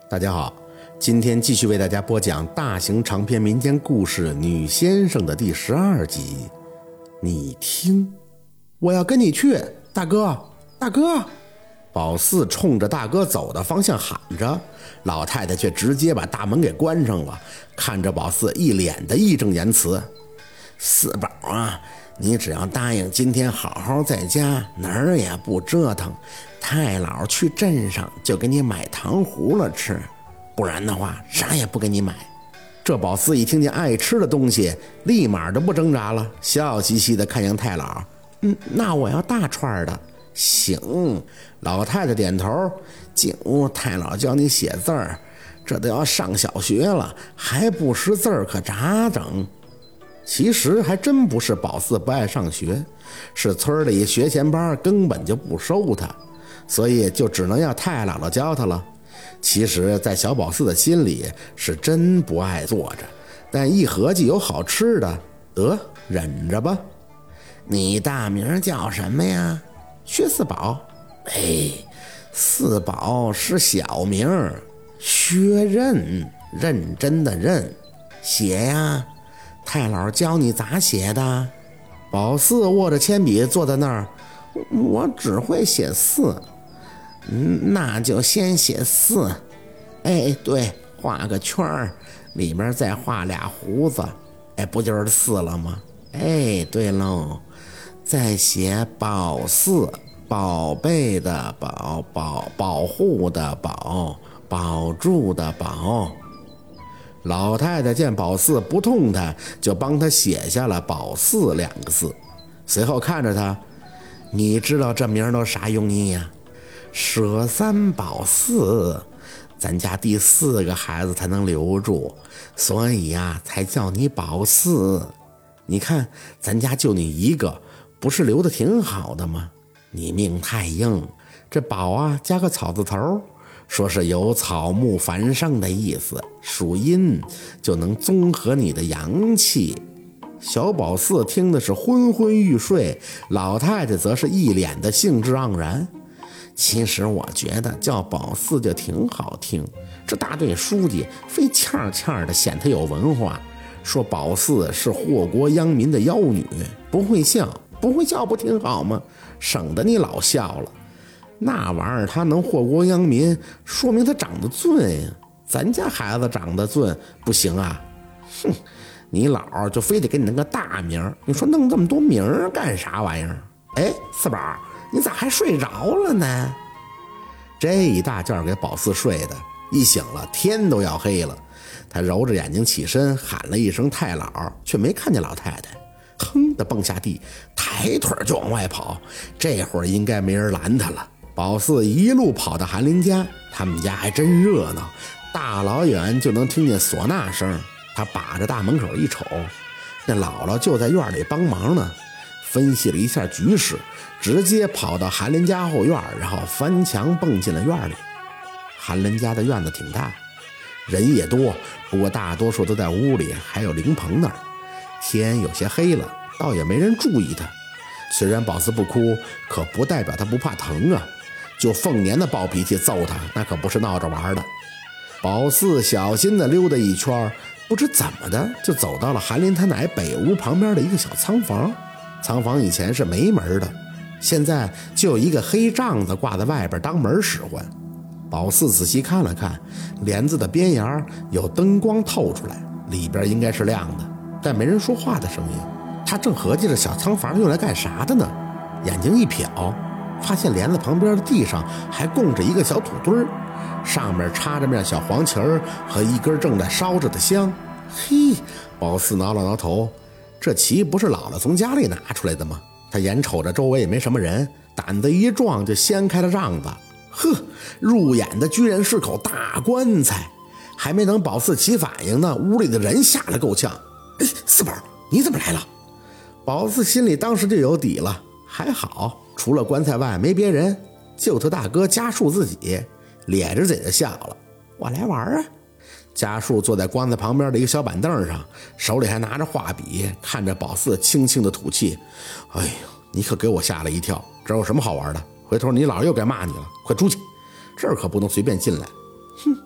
大家好，今天继续为大家播讲大型长篇民间故事《女先生》的第12集。你听，我要跟你去，大哥，大哥！宝四冲着大哥走的方向喊着，老太太却直接把大门给关上了，看着宝四一脸的义正言辞：四宝啊，你只要答应今天好好在家，哪儿也不折腾，太姥去镇上就给你买糖葫芦吃，不然的话啥也不给你买。这宝四一听见爱吃的东西，立马就不挣扎了，笑嘻嘻的看向太姥：那我要大串的。行，老太太点头。进屋，太姥教你写字儿，这都要上小学了，还不识字儿，可咋整？其实还真不是宝四不爱上学，是村里学前班根本就不收他，所以就只能要太姥姥教他了。其实在小宝四的心里是真不爱坐着，但一合计有好吃的，得忍着吧。你大名叫什么呀？薛四宝。四宝是小名，薛认，认真的认。写呀，太姥教你咋写的？宝四握着铅笔坐在那儿，我只会写四。那就先写四。对，画个圈儿，里面再画俩胡子，不就是四了吗？对喽，再写宝四，宝贝的宝，保护的保，保住的保。老太太见宝四不痛他，就帮他写下了宝四2个字，随后看着他：你知道这名都啥用意呀？舍三保四，咱家第4个孩子才能留住，所以呀，才叫你宝四。你看咱家就你一个，不是留得挺好的吗？你命太硬，这宝啊加个草字头，说是有草木繁盛的意思，属阴，就能综合你的阳气。小宝四听的是昏昏欲睡，老太太则是一脸的兴致盎然。其实我觉得叫宝四就挺好听，这大队书记非欠欠的显他有文化，说宝四是祸国殃民的妖女，不会笑不挺好吗？省得你老笑了。那玩意儿他能祸国殃民，说明他长得俊呀。咱家孩子长得俊不行啊？你姥就非得给你弄个大名，你说弄这么多名干啥玩意儿？四宝，你咋还睡着了呢？这一大觉给宝四睡的，一醒了天都要黑了。他揉着眼睛起身，喊了一声太姥，却没看见老太太，哼的蹦下地，抬腿就往外跑。这会儿应该没人拦他了。宝四一路跑到韩林家，他们家还真热闹，大老远就能听见唢呐声。他把着大门口一瞅，那姥姥就在院里帮忙呢。分析了一下局势，直接跑到韩林家后院，然后翻墙蹦进了院里。韩林家的院子挺大，人也多，不过大多数都在屋里，还有灵棚那儿。天有些黑了，倒也没人注意他。虽然宝四不哭，可不代表他不怕疼啊。就凤年的暴脾气揍他，那可不是闹着玩的。宝四小心地溜达一圈，不知怎么的就走到了韩林他奶北屋旁边的一个小仓房。仓房以前是没门的，现在就有一个黑帐子挂在外边当门使唤。宝四仔细看了看，帘子的边沿有灯光透出来，里边应该是亮的，但没人说话的声音。他正合计着小仓房用来干啥的呢，眼睛一瞟，发现帘子旁边的地上还供着一个小土堆，上面插着面小黄旗儿和一根正在烧着的香。宝四挠了挠头，这旗不是姥姥从家里拿出来的吗？他眼瞅着周围也没什么人，胆子一撞就掀开了帐子。入眼的居然是口大棺材。还没等宝四起反应呢，屋里的人吓了够呛。四宝，你怎么来了？宝四心里当时就有底了，还好除了棺材外没别人，就他大哥家树自己，咧着嘴就笑了。我来玩啊。家树坐在棺材旁边的一个小板凳上，手里还拿着画笔，看着宝四轻轻的吐气。你可给我吓了一跳，这有什么好玩的？回头你姥又该骂你了，快出去，这儿可不能随便进来。打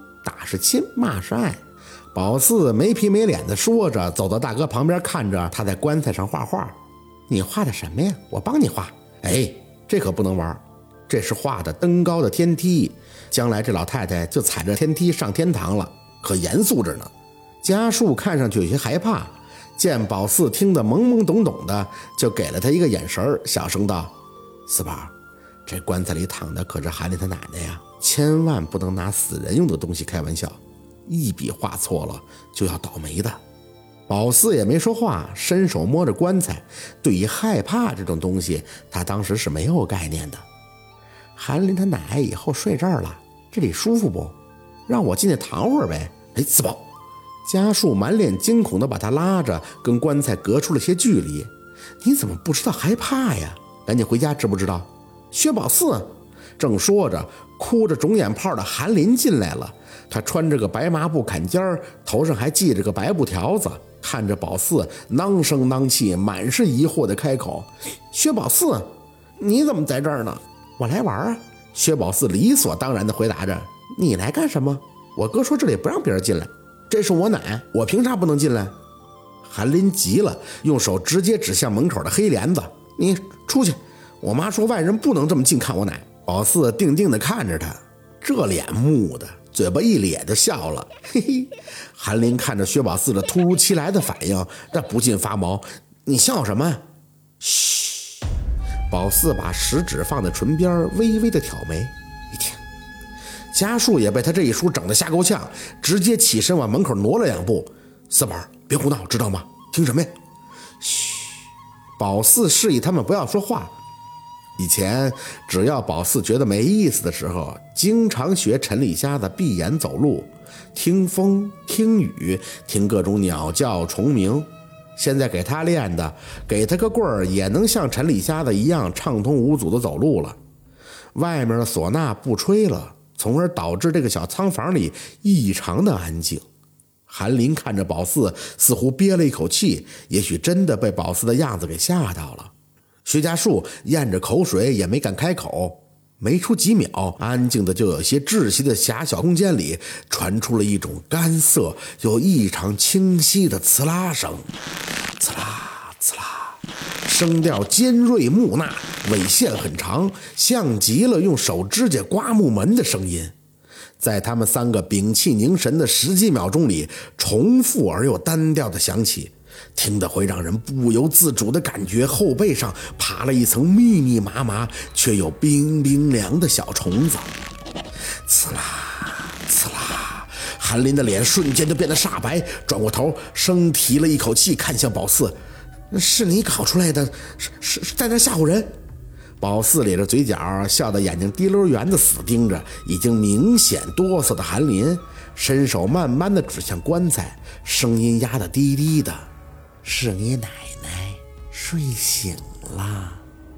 是亲，嘛是爱。宝四没皮没脸的说着，走到大哥旁边，看着他在棺材上画画。你画的什么呀？我帮你画。哎，这可不能玩，这是画的登高的天梯，将来这老太太就踩着天梯上天堂了，可严肃着呢。家树看上去有些害怕，见宝四听得懵懵懂懂的，就给了他一个眼神，小声道：四宝，这棺材里躺的可是韩林他奶奶呀，千万不能拿死人用的东西开玩笑，一笔画错了就要倒霉的。宝四也没说话，伸手摸着棺材，对于害怕这种东西他当时是没有概念的。韩林他奶奶以后睡这儿了，这里舒服不？让我进去躺会儿呗。哎，四宝，家树满脸惊恐地把他拉着，跟棺材隔出了些距离。你怎么不知道害怕呀？赶紧回家，知不知道？薛宝四正说着，哭着肿眼泡的韩林进来了。他穿着个白麻布坎肩，头上还系着个白布条子，看着宝四囔声囔气，满是疑惑的开口：薛宝四，你怎么在这儿呢？我来玩啊。薛宝四理所当然地回答着：你来干什么？我哥说这里不让别人进来，这是我奶，我凭啥不能进来？韩林急了，用手直接指向门口的黑帘子：你出去，我妈说外人不能这么近看我奶。宝四定定地看着他，这脸木的，嘴巴一咧就笑了，嘿嘿。韩林看着薛宝四的突如其来的反应，这不禁发毛：你笑什么？嘘。宝四把食指放在唇边，微微的挑眉。一听，家树也被他这一说整得吓够呛，直接起身往门口挪了2步。四宝，别胡闹，知道吗？听什么呀？嘘。宝四示意他们不要说话。以前只要宝四觉得没意思的时候，经常学陈李瞎子闭眼走路，听风听雨，听各种鸟叫虫鸣。现在给他练的，给他个棍儿也能像陈李瞎子一样畅通无阻的走路了。外面的唢呐不吹了，从而导致这个小仓房里异常的安静。韩林看着宝四，似乎憋了一口气，也许真的被宝四的样子给吓到了。薛家树咽着口水也没敢开口，没出几秒，安静的就有些窒息的狭小空间里传出了一种干涩又异常清晰的刺啦声，刺啦刺啦，声调尖锐木讷，尾线很长，像极了用手指甲刮木门的声音。在他们3个屏气凝神的10几秒钟里，重复而又单调的响起，听得会让人不由自主地感觉后背上爬了一层密密麻麻却又冰冰凉的小虫子。刺啦刺啦，韩林的脸瞬间就变得煞白，转过头生提了一口气，看向宝四：是你搞出来的？是在那吓唬人？宝四咧着嘴角，笑得眼睛滴溜圆的死盯着已经明显哆嗦的韩林，伸手慢慢地指向棺材，声音压得低低的：是你奶奶睡醒了。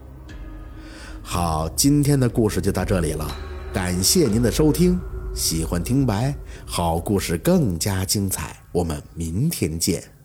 好，今天的故事就到这里了，感谢您的收听。喜欢听白，好故事更加精彩，我们明天见。